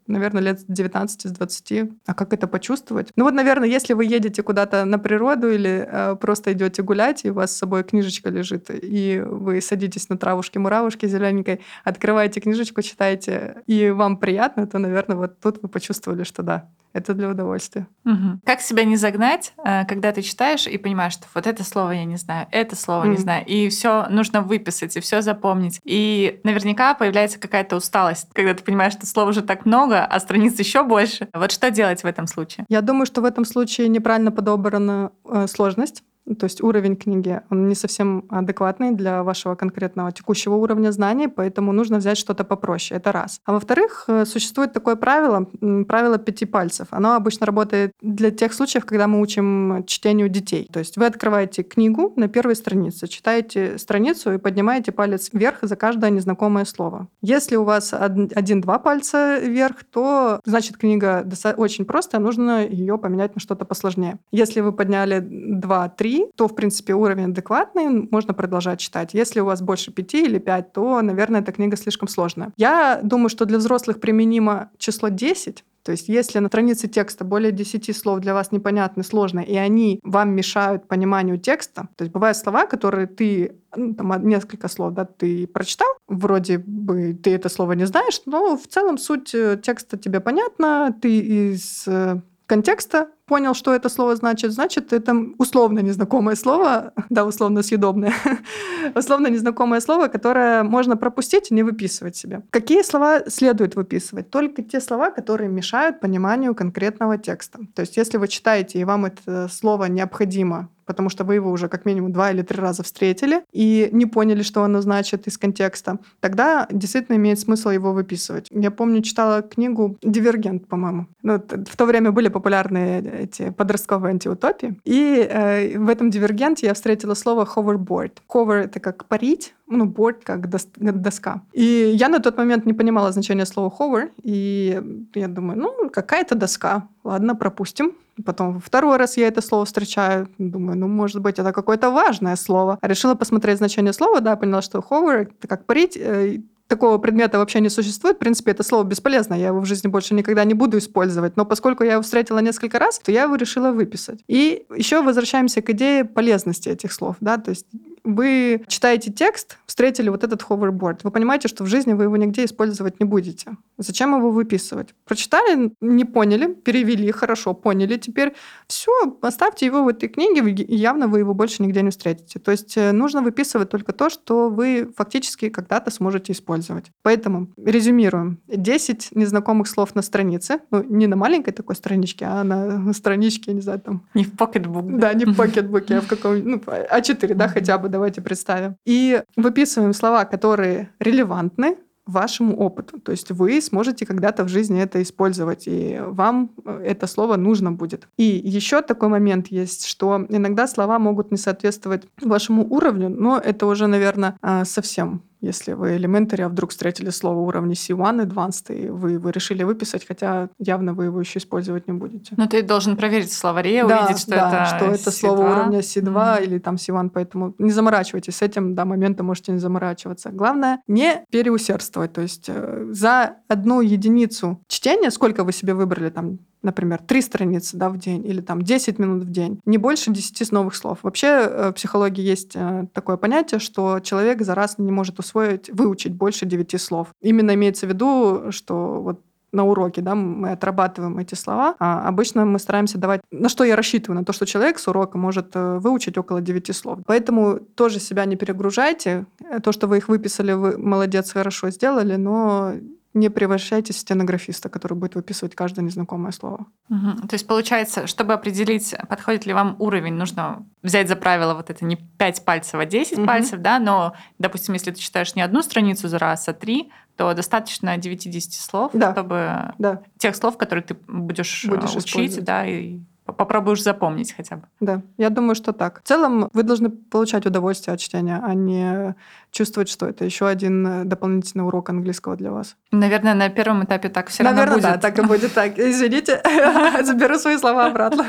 наверное, лет с девятнадцати, с двадцати. А как это почувствовать? Ну вот, наверное, если вы едете куда-то на природу или э, просто идете гулять, и у вас с собой книжечка лежит, и вы садитесь на травушке-муравушке зелененькой, открываете книжечку, читаете, и вам приятно, то, наверное, вот тут вы почувствовали, что да, это для удовольствия. Угу. Как себя не загнать, когда ты читаешь и понимаешь, что вот это слово я не знаю, это слово mm. не знаю, и все нужно выписать, и все запомнить. И наверняка появляется какая-то усталость, когда ты понимаешь, что слов уже так много, а страниц еще больше. Вот что делать в этом случае? Я думаю, что в этом случае неправильно подобрана э, сложность. То есть уровень книги, он не совсем адекватный для вашего конкретного текущего уровня знаний, поэтому нужно взять что-то попроще. Это раз. А во-вторых, существует такое правило, правило пяти пальцев. Оно обычно работает для тех случаев, когда мы учим чтению детей. То есть вы открываете книгу на первой странице, читаете страницу и поднимаете палец вверх за каждое незнакомое слово. Если у вас один-два пальца вверх, то значит книга очень простая, нужно ее поменять на что-то посложнее. Если вы подняли два-три, то, в принципе, уровень адекватный, можно продолжать читать. Если у вас больше пяти или пять, то, наверное, эта книга слишком сложная. Я думаю, что для взрослых применимо число десять. То есть если на странице текста более десяти слов для вас непонятны, сложные, и они вам мешают пониманию текста, то есть бывают слова, которые ты, ну, там, несколько слов, да, ты прочитал, вроде бы ты это слово не знаешь, но в целом суть текста тебе понятна, ты из контекста понял, что это слово значит, значит, это условно незнакомое слово, да, условно съедобное, условно незнакомое слово, которое можно пропустить и не выписывать себе. Какие слова следует выписывать? Только те слова, которые мешают пониманию конкретного текста. То есть если вы читаете, и вам это слово необходимо, потому что вы его уже как минимум два или три раза встретили и не поняли, что оно значит из контекста, тогда действительно имеет смысл его выписывать. Я помню, читала книгу «Дивергент», по-моему. Ну, в то время были популярны эти подростковые антиутопии. И э, в этом «Дивергенте» я встретила слово «hoverboard». Hover — это как парить, ну, board — как дос- доска. И я на тот момент не понимала значения слова «hover», и я думаю, ну, какая-то доска. Ладно, пропустим. Потом второй раз я это слово встречаю. Думаю, ну, может быть, это какое-то важное слово. Решила посмотреть значение слова, да, поняла, что hover — это как парить. Такого предмета вообще не существует. В принципе, это слово бесполезно. Я его в жизни больше никогда не буду использовать. Но поскольку я его встретила несколько раз, то я его решила выписать. И еще возвращаемся к идее полезности этих слов. Да? То есть вы читаете текст, встретили вот этот hoverboard. Вы понимаете, что в жизни вы его нигде использовать не будете. Зачем его выписывать? Прочитали, не поняли, перевели, хорошо, поняли. Теперь все, оставьте его в этой книге, и явно вы его больше нигде не встретите. То есть нужно выписывать только то, что вы фактически когда-то сможете использовать. Поэтому резюмируем. десять незнакомых слов на странице. Ну, не на маленькой такой страничке, а на страничке, не знаю, там... Не в покетбук. Да, не в покетбуке, а в каком... Ну, а четыре, да, хотя бы, давайте представим. И выписываем слова, которые релевантны вашему опыту. То есть вы сможете когда-то в жизни это использовать, и вам это слово нужно будет. И еще такой момент есть, что иногда слова могут не соответствовать вашему уровню, но это уже, наверное, совсем... Если вы elementary, а вдруг встретили слово уровня си один Advanced, и вы его решили выписать, хотя явно вы его еще использовать не будете. Но ты должен проверить в словаре, да, увидеть, что да, это что это си слово два. Уровня си два Mm-hmm. или там си один, поэтому не заморачивайтесь с этим, до момента можете не заморачиваться. Главное, не переусердствовать. То есть э, за одну единицу чтения, сколько вы себе выбрали, там, например, три страницы, да, в день или там десять минут в день, не больше десяти новых слов. Вообще в психологии есть такое понятие, что человек за раз не может усвоить, выучить больше девяти слов. Именно имеется в виду, что вот на уроке, да, мы отрабатываем эти слова, а обычно мы стараемся давать... На что я рассчитываю? На то, что человек с урока может выучить около девяти слов. Поэтому тоже себя не перегружайте. То, что вы их выписали, вы молодец, хорошо сделали, но... не превращайтесь в стенографиста, который будет выписывать каждое незнакомое слово. Угу. То есть, получается, чтобы определить, подходит ли вам уровень, нужно взять за правило вот это не пять пальцев, а десять угу. пальцев, да, но, допустим, если ты читаешь не одну страницу за раз, а три, то достаточно девяти-десяти слов, да. чтобы да. тех слов, которые ты будешь, будешь учить, да, и попробуешь запомнить хотя бы. Да, я думаю, что так. В целом вы должны получать удовольствие от чтения, а не чувствовать, что это еще один дополнительный урок английского для вас. Наверное, на первом этапе так все равно будет. Наверное, да, так и будет. Так, извините, заберу свои слова обратно.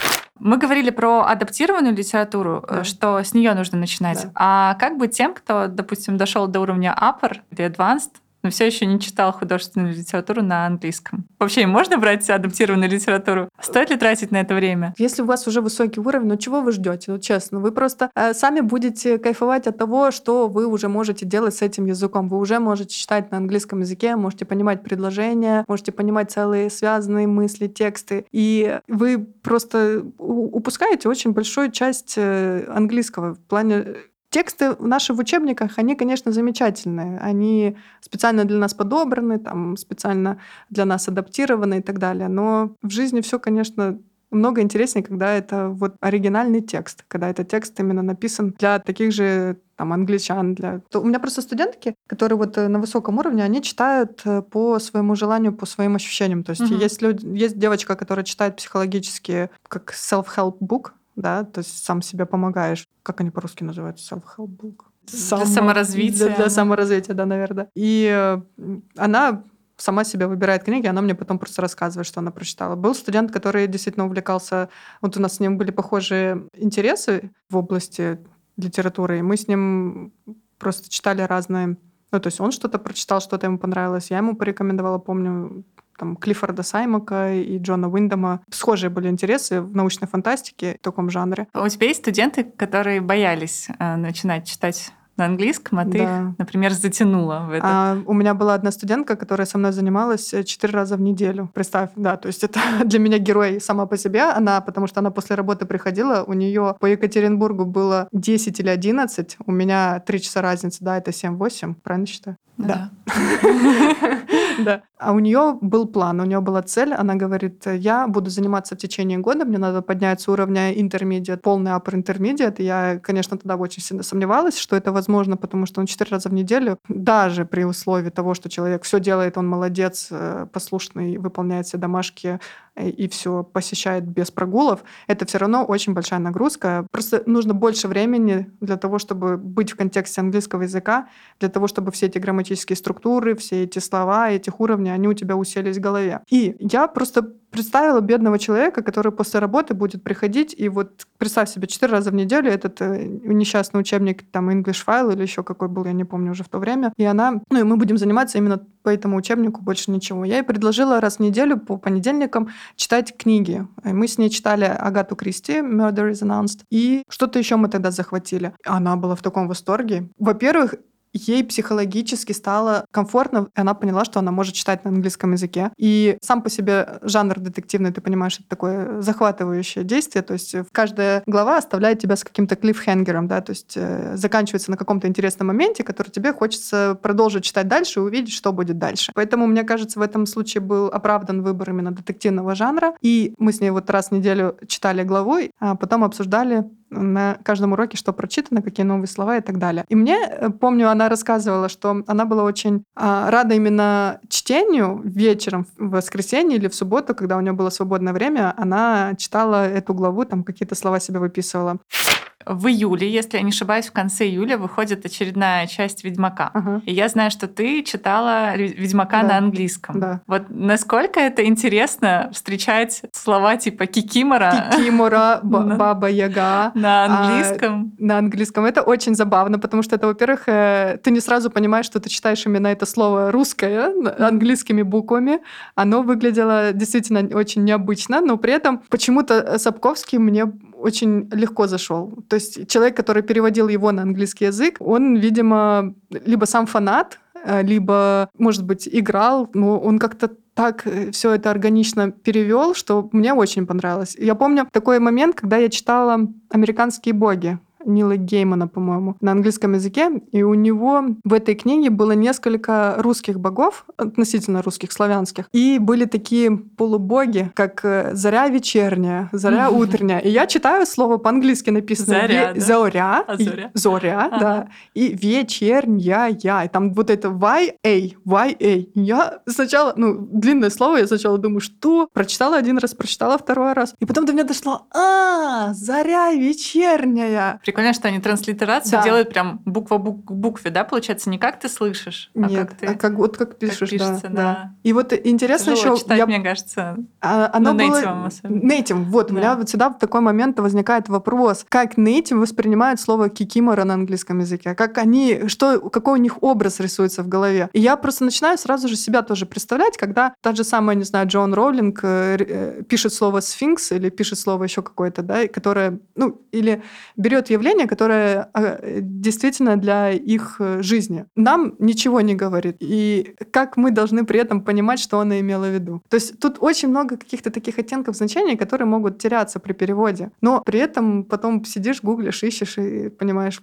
Мы говорили про адаптированную литературу, да. что с нее нужно начинать. Да. А как быть тем, кто, допустим, дошел до уровня upper или advanced, но все еще не читал художественную литературу на английском. Вообще, можно брать адаптированную литературу? Стоит ли тратить на это время? Если у вас уже высокий уровень, ну чего вы ждете? Ну честно, вы просто э, сами будете кайфовать от того, что вы уже можете делать с этим языком. Вы уже можете читать на английском языке, можете понимать предложения, можете понимать целые связанные мысли, тексты. И вы просто упускаете очень большую часть английского в плане... Тексты наши в учебниках, они, конечно, замечательные. Они специально для нас подобраны, там, специально для нас адаптированы и так далее. Но в жизни все, конечно, много интереснее, когда это вот оригинальный текст, когда этот текст именно написан для таких же там, англичан. Для... То у меня просто студентки, которые вот на высоком уровне, они читают по своему желанию, по своим ощущениям. То есть uh-huh. есть, люди, есть девочка, которая читает психологически как self-help book, да, то есть сам себе помогаешь. Как они по-русски называются? Self-help book? Само... Для саморазвития. Для, для саморазвития, да, наверное. И она сама себе выбирает книги, она мне потом просто рассказывает, что она прочитала. Был студент, который действительно увлекался... Вот у нас с ним были похожие интересы в области литературы, и мы с ним просто читали разные... Ну, то есть он что-то прочитал, что-то ему понравилось, я ему порекомендовала, помню, там, Клиффорда Саймака и Джона Уиндома. Схожие были интересы в научной фантастике в таком жанре. У тебя есть студенты, которые боялись э, начинать читать на английском, а ты, да. например, затянула в это? А, у меня была одна студентка, которая со мной занималась четыре раза в неделю. Представь, да, то есть это для меня герой сама по себе. Она, потому что она после работы приходила, у нее по Екатеринбургу было десять или одиннадцать, у меня три часа разницы, да, это семь-восемь, правильно считаю? Да. Да. А у нее был план, у нее была цель. Она говорит, я буду заниматься в течение года, мне надо поднять с уровня intermediate, полный upper intermediate. И я, конечно, тогда очень сильно сомневалась, что это возможно, потому что он четыре раза в неделю, даже при условии того, что человек все делает, он молодец, послушный, выполняет все домашки и все посещает без прогулов, это все равно очень большая нагрузка. Просто нужно больше времени для того, чтобы быть в контексте английского языка, для того, чтобы все эти грамматические структуры, все эти слова, этих уровней, они у тебя уселись в голове. И я просто представила бедного человека, который после работы будет приходить, и вот представь себе, четыре раза в неделю этот несчастный учебник, там, English File или еще какой был, я не помню уже в то время, и она, ну и мы будем заниматься именно по этому учебнику, больше ничего. Я ей предложила раз в неделю по понедельникам читать книги. И мы с ней читали Агату Кристи, Murder is Announced, и что-то еще мы тогда захватили. Она была в таком восторге. Во-первых, ей психологически стало комфортно, и она поняла, что она может читать на английском языке. И сам по себе жанр детективный, ты понимаешь, это такое захватывающее действие, то есть каждая глава оставляет тебя с каким-то клиффхенгером, да, то есть э, заканчивается на каком-то интересном моменте, который тебе хочется продолжить читать дальше и увидеть, что будет дальше. Поэтому, мне кажется, в этом случае был оправдан выбор именно детективного жанра, и мы с ней вот раз в неделю читали главу, а потом обсуждали на каждом уроке, что прочитано, какие новые слова и так далее. И мне, помню, она рассказывала, что она была очень а, рада именно чтению вечером в воскресенье или в субботу, когда у нее было свободное время, она читала эту главу, там какие-то слова себе выписывала. В июле, если я не ошибаюсь, в конце июля выходит очередная часть «Ведьмака». Ага. И я знаю, что ты читала «Ведьмака» да. на английском. Да. Вот насколько это интересно встречать слова типа «кикимора». «Кикимора», «баба-яга». На английском. А, на английском. Это очень забавно, потому что это, во-первых, ты не сразу понимаешь, что ты читаешь именно это слово русское английскими буквами. Оно выглядело действительно очень необычно, но при этом почему-то Сапковский мне очень легко зашел. То есть человек, который переводил его на английский язык, он, видимо, либо сам фанат, либо, может быть, играл, но он как-то так все это органично перевел, что мне очень понравилось. Я помню такой момент, когда я читала «Американские боги» Нила Геймана, по-моему, на английском языке, и у него в этой книге было несколько русских богов, относительно русских, славянских, и были такие полубоги, как «Заря вечерняя», «Заря утренняя». И я читаю слово по-английски написано «Заря», ве- да? «Зоря», А, и... «Зоря». «Зоря», ага. да, и «вечерняя», и там вот это «вай эй», «вай эй». Я сначала, ну, длинное слово, я сначала думаю, что? Прочитала один раз, прочитала второй раз, и потом до меня дошло, а, «Заря вечерняя». Прикольно, что они транслитерацию Да. делают прям буква бук- к букве, да, получается, не как ты слышишь, а Нет, как ты... а как, вот как пишешь, как пишется, да, да. да. И вот интересно Тяжело еще, читать, я мне кажется, А, ну, оно было нейтивом особенно. нейтив. Вот, у Да. меня вот всегда в такой момент возникает вопрос, как нейтив воспринимают слово кикимора на английском языке, как они, что, какой у них образ рисуется в голове. И я просто начинаю сразу же себя тоже представлять, когда та же самая, не знаю, Джоан Роулинг э, э, пишет слово сфинкс или пишет слово еще какое-то, да, и которое, ну, или берет явление, которое э, действительно для их э, жизни. Нам ничего не говорит. И как мы должны при этом понимать, что она имела в виду. То есть тут очень много каких-то таких оттенков значений, которые могут теряться при переводе. Но при этом потом сидишь, гуглишь, ищешь и понимаешь,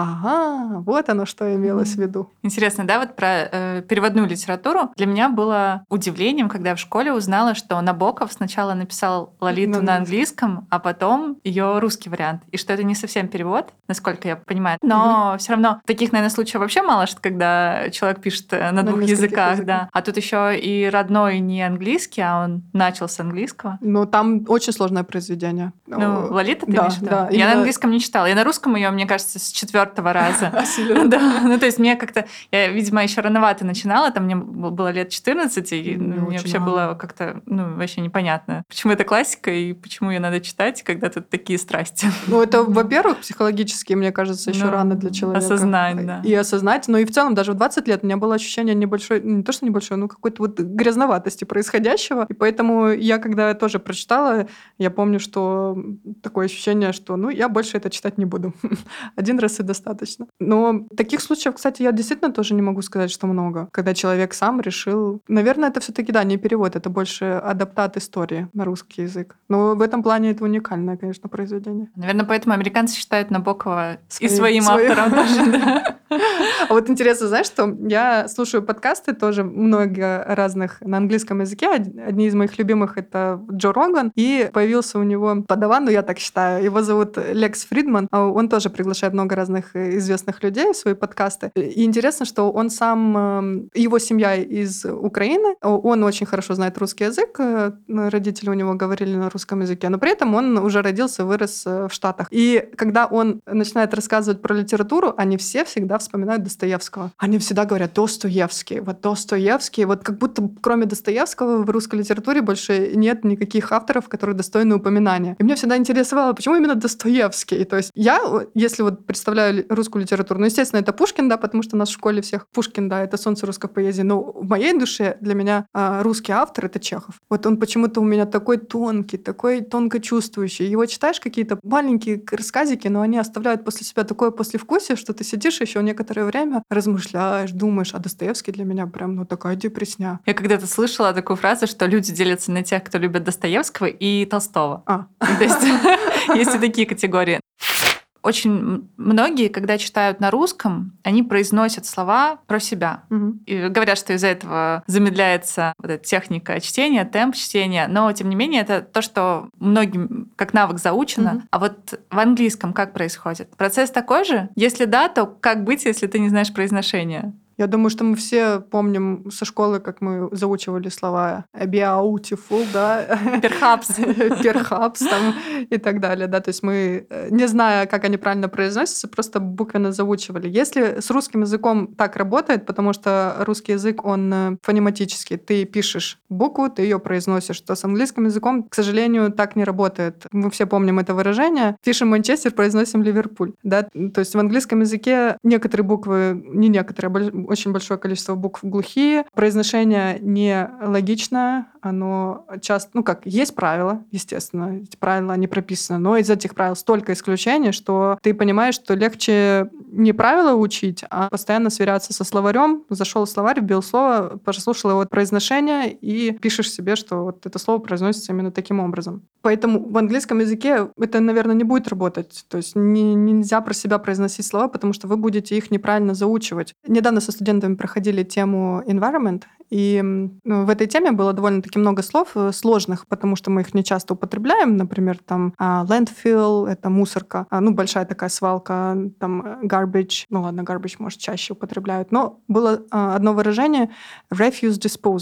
ага, вот оно, что имелось в виду. Интересно, да, вот про э, переводную литературу. Для меня было удивлением, когда я в школе узнала, что Набоков сначала написал Лолиту На на английском. английском, а потом ее русский вариант. И что это не совсем перевод, насколько я понимаю. Но все равно таких, наверное, случаев вообще мало, что когда человек пишет э, на, На двух нескольких языках, языках. да. А тут еще и родной не английский, а он начал с английского. Но там очень сложное произведение. Ну, Лолита, ты да, имеешь в виду? да, Я именно- на английском не читала. Я на русском ее, мне кажется, с четвертого раза. Осилила. Да, ну то есть мне как-то, я, видимо, еще рановато начинала, там мне б- было лет четырнадцать, и Ну, ну, мне очень вообще рано. было как-то, ну, вообще непонятно, почему это классика и почему ее надо читать, когда тут такие страсти. Ну, это, во-первых, психологически, мне кажется, еще Ну, рано для человека. осознать, да. И осознать. Но и в целом, даже в двадцать лет у меня было ощущение небольшой, не то что небольшой, ну, какой-то вот грязноватости происходящего. И поэтому я, когда тоже прочитала, я помню, что такое ощущение, что, ну, я больше это читать не буду. Один раз и достаточно. Но таких случаев, кстати, я действительно тоже не могу сказать, что много. Когда человек сам решил... Наверное, это все-таки, да, не перевод, это больше адаптат истории на русский язык. Но в этом плане это уникальное, конечно, произведение. Наверное, поэтому американцы считают Набокова и Своим- своим своим. автором тоже. да. А вот интересно, знаешь, что я слушаю подкасты тоже много разных на английском языке. Од- Одни из моих любимых — это Джо Роган. И появился у него подаван, ну я так считаю, его зовут Лекс Фридман. А Он тоже приглашает много разных э, известных людей в свои подкасты. И интересно, что он сам, эм, его семья из Украины, О- он очень хорошо знает русский язык, э, родители у него говорили на русском языке, но при этом он уже родился, вырос э, в Штатах. И когда он начинает рассказывать про литературу, они все всегда вспоминают Достоевского. Они всегда говорят Достоевский, вот Достоевский, вот как будто кроме Достоевского в русской литературе больше нет никаких авторов, которые достойны упоминания. И мне всегда интересовало, почему именно Достоевский. То есть я, если вот представляю ли- русскую литературу, ну, естественно, это Пушкин, да, потому что у нас в школе всех Пушкин, да, это солнце русской поэзии, но в моей душе для меня а, русский автор — это Чехов. Вот он почему-то у меня такой тонкий, такой тонко чувствующий. Его читаешь какие-то маленькие к- рассказики, но они оставляют после себя такое послевкусие, что ты сидишь еще некоторое время, размышляешь, думаешь, а Достоевский для меня прям, ну, такая депресня. Я когда-то слышала такую фразу, что люди делятся на тех, кто любит Достоевского и Толстого. А, То есть есть и такие категории. Очень м- многие, когда читают на русском, они произносят слова про себя. мгм. И говорят, что из-за этого замедляется вот эта техника чтения, темп чтения, но, тем не менее, это то, что многим как навык заучено. Мгм. А вот в английском как происходит? Процесс такой же? Если да, то как быть, если ты не знаешь произношения? Я думаю, что мы все помним со школы, как мы заучивали слова beautiful, да, Perhaps. perhaps там, и так далее, да, то есть мы, э, не зная, как они правильно произносятся, просто буквенно заучивали. Если с русским языком так работает, потому что русский язык, он э, фонематический, ты пишешь букву, ты ее произносишь, то с английским языком, к сожалению, так не работает. Мы все помним это выражение. Пишем Манчестер, произносим Ливерпуль, да, то есть в английском языке некоторые буквы, не некоторые, а больш- очень большое количество букв глухие, произношение не логичное, оно часто, ну как, есть правила, естественно, эти правила, они прописаны, но из этих правил столько исключений, что ты понимаешь, что легче не правила учить, а постоянно сверяться со словарем. Зашел в словарь, вбил слово, послушал его произношение и пишешь себе, что вот это слово произносится именно таким образом. Поэтому в английском языке это, наверное, не будет работать. То есть не- нельзя про себя произносить слова, потому что вы будете их неправильно заучивать. Недавно со студентами проходили тему environment, и м, ну, в этой теме было довольно-таки много слов э, сложных, потому что мы их не часто употребляем. Например, там а, landfill — это мусорка, а, ну, большая такая свалка, там э, garbage, ну ладно, garbage, может, чаще употребляют, но было а, одно выражение refuse disposal.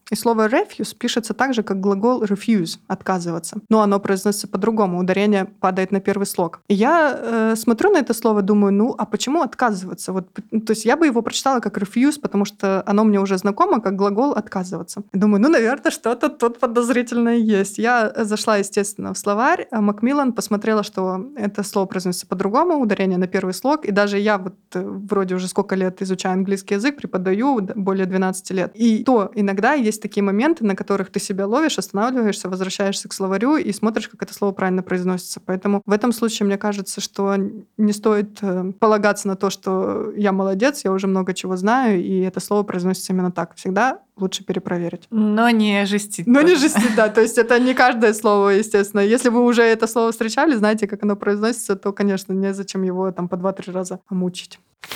И слово refuse пишется так же, как глагол refuse — отказываться. Но оно произносится по-другому, ударение падает на первый слог. И я э, смотрю на это слово, думаю, ну, а почему отказываться? Вот, то есть я бы его прочитала как refuse, потому что оно мне уже знакомо, как глагол отказываться. Думаю, ну, наверное, что-то тут подозрительное есть. Я зашла, естественно, в словарь Macmillan, посмотрела, что это слово произносится по-другому, ударение на первый слог. И даже я вот вроде уже сколько лет изучаю английский язык, преподаю более двенадцати лет. И то иногда есть такие моменты, на которых ты себя ловишь, останавливаешься, возвращаешься к словарю и смотришь, как это слово правильно произносится. Поэтому в этом случае мне кажется, что не стоит полагаться на то, что я молодец, я уже много чего знаю, и это слово произносится именно так. Всегда лучше перепроверить. Но не жестить. Но не жестить, да. То есть это не каждое слово, естественно. Если вы уже это слово встречали, знаете, как оно произносится, то, конечно, незачем его там по два-три раза мучить.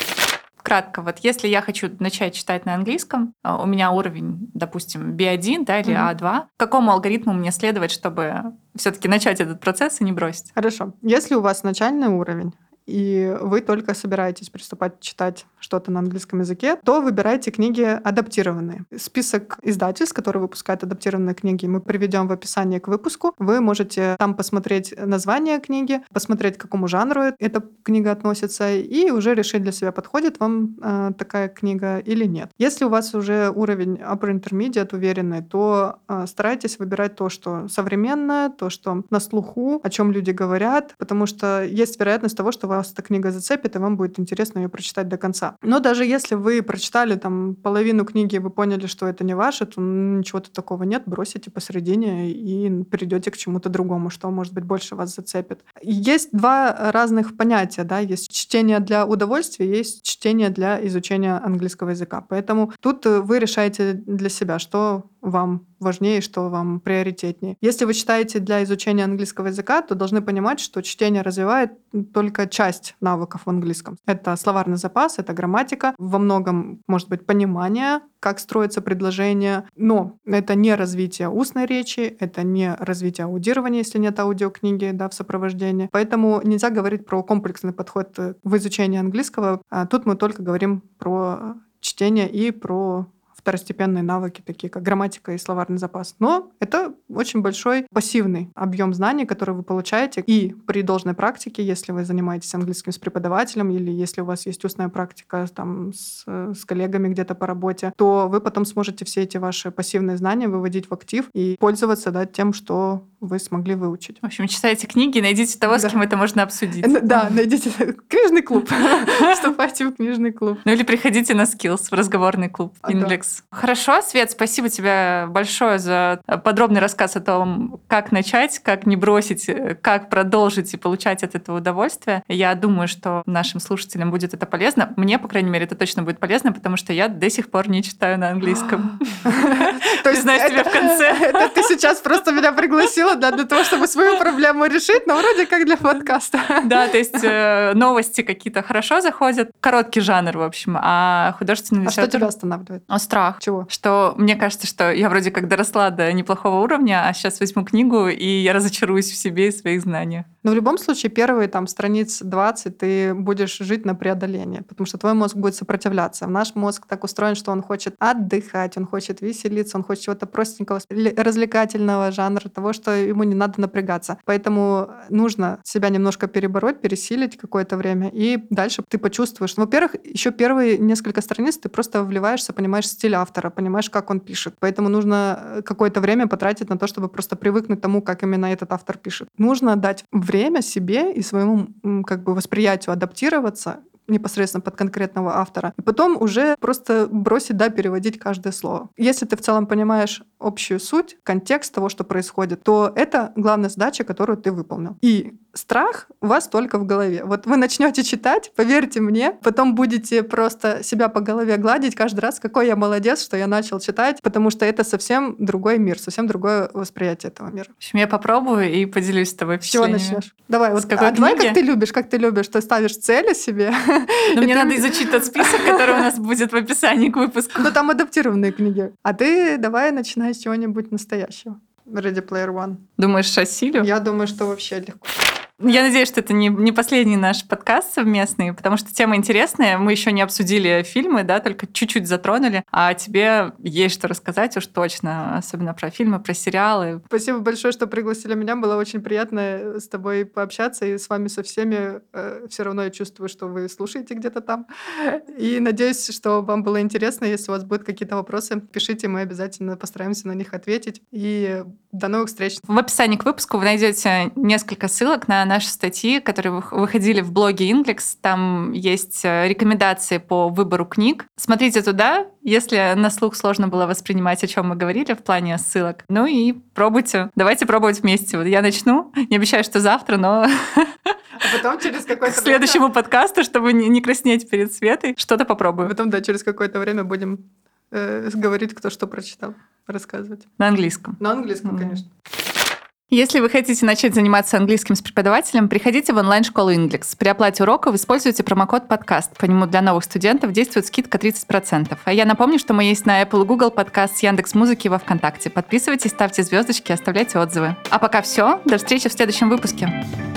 Кратко, вот если я хочу начать читать на английском, у меня уровень, допустим, би один, да, или Мгм. а два, какому алгоритму мне следовать, чтобы все-таки начать этот процесс и не бросить? Хорошо. Если у вас начальный уровень, и вы только собираетесь приступать читать что-то на английском языке, то выбирайте книги адаптированные. Список издательств, которые выпускают адаптированные книги, мы приведем в описании к выпуску. Вы можете там посмотреть название книги, посмотреть, к какому жанру эта книга относится, и уже решить для себя, подходит вам э, такая книга или нет. Если у вас уже уровень upper intermediate уверенный, то э, старайтесь выбирать то, что современное, то, что на слуху, о чем люди говорят, потому что есть вероятность того, что вас эта книга зацепит, и вам будет интересно ее прочитать до конца. Но даже если вы прочитали там половину книги, и вы поняли, что это не ваше, то ничего-то такого нет, бросите посередине и перейдете к чему-то другому, что, может быть, больше вас зацепит. Есть два разных понятия, да, есть чтение для удовольствия, есть чтение для изучения английского языка. Поэтому тут вы решаете для себя, что вам важнее, что вам приоритетнее. Если вы читаете для изучения английского языка, то должны понимать, что чтение развивает только часть навыков в английском. Это словарный запас, это грамматика, во многом, может быть, понимание, как строится предложение, но это не развитие устной речи, это не развитие аудирования, если нет аудиокниги, да, в сопровождении. Поэтому нельзя говорить про комплексный подход в изучении английского. А тут мы только говорим про чтение и про второстепенные навыки, такие как грамматика и словарный запас. Но это очень большой пассивный объем знаний, который вы получаете. И при должной практике, если вы занимаетесь английским с преподавателем или если у вас есть устная практика там, с, с коллегами где-то по работе, то вы потом сможете все эти ваши пассивные знания выводить в актив и пользоваться, да, тем, что вы смогли выучить. В общем, читайте книги, найдите того, Да. с кем это можно обсудить. Да, найдите книжный клуб. Вступайте в книжный клуб. Ну или приходите на Skills, в разговорный клуб А, да. Inlex. Хорошо, Свет, спасибо тебе большое за подробный рассказ о том, как начать, как не бросить, как продолжить и получать от этого удовольствие. Я думаю, что нашим слушателям будет это полезно. Мне, по крайней мере, это точно будет полезно, потому что я до сих пор не читаю на английском. То есть Признаюсь тебе в конце. Это ты сейчас просто меня пригласила для для того, чтобы свою проблему решить, но вроде как для подкаста. Да, то есть э, новости какие-то хорошо заходят, короткий жанр, в общем, а художественная А что литература... тебя останавливает? О, страх. Чего? Что мне кажется, что я вроде как доросла до неплохого уровня, а сейчас возьму книгу, и я разочаруюсь в себе и своих знаниях. Но в любом случае первые там страниц двадцать ты будешь жить на преодоление, потому что твой мозг будет сопротивляться. Наш мозг так устроен, что он хочет отдыхать, он хочет веселиться, он хочет чего-то простенького, развлекательного жанра, того, что ему не надо напрягаться. Поэтому нужно себя немножко перебороть, пересилить какое-то время, и дальше ты почувствуешь. Во-первых, еще первые несколько страниц ты просто вливаешься, понимаешь стиль автора, понимаешь, как он пишет. Поэтому нужно какое-то время потратить на то, чтобы просто привыкнуть к тому, как именно этот автор пишет. Нужно дать время себе и своему как бы восприятию адаптироваться непосредственно под конкретного автора. И потом уже просто бросить, да, переводить каждое слово. Если ты в целом понимаешь общую суть, контекст того, что происходит, то это главная задача, которую ты выполнил. И страх у вас только в голове. Вот вы начнете читать, поверьте мне, потом будете просто себя по голове гладить каждый раз, какой я молодец, что я начал читать, потому что это совсем другой мир, совсем другое восприятие этого мира. В общем, я попробую и поделюсь с тобой С чего впечатлениями. начнешь? Давай, С вот какой а давай, книги? как ты любишь, как ты любишь, ты ставишь цели себе. Но и мне ты- надо изучить тот список, который у нас будет в описании к выпуску. Ну, там адаптированные книги. А ты давай начинай с чего-нибудь настоящего. Ready Player One. Думаешь, Шассилю? Я думаю, что вообще легко. Я надеюсь, что это не, не последний наш подкаст совместный, потому что тема интересная. Мы еще не обсудили фильмы, да, только чуть-чуть затронули. А тебе есть что рассказать уж точно, особенно про фильмы, про сериалы. Спасибо большое, что пригласили меня. Было очень приятно с тобой пообщаться. И с вами со всеми э, все равно я чувствую, что вы слушаете где-то там. И надеюсь, что вам было интересно. Если у вас будут какие-то вопросы, пишите, мы обязательно постараемся на них ответить. И до новых встреч. В описании к выпуску вы найдете несколько ссылок на наши статьи, которые выходили в блоге Inglix. Там есть рекомендации по выбору книг. Смотрите туда, если на слух сложно было воспринимать, о чем мы говорили в плане ссылок. Ну и пробуйте. Давайте пробовать вместе. Вот я начну. Не обещаю, что завтра, но А потом через какое-то к следующему время... подкасту, чтобы не краснеть перед Светой, что-то попробую. А потом, да, через какое-то время будем э, говорить, кто что прочитал, рассказывать. На английском. На английском, Mm. конечно. Если вы хотите начать заниматься английским с преподавателем, приходите в онлайн-школу Inglix. При оплате уроков используйте промокод «Подкаст». По нему для новых студентов действует скидка тридцать процентов. А я напомню, что мы есть на Apple и Google подкаст, Яндекс.Музыки и во Вконтакте. Подписывайтесь, ставьте звездочки, оставляйте отзывы. А пока все. До встречи в следующем выпуске.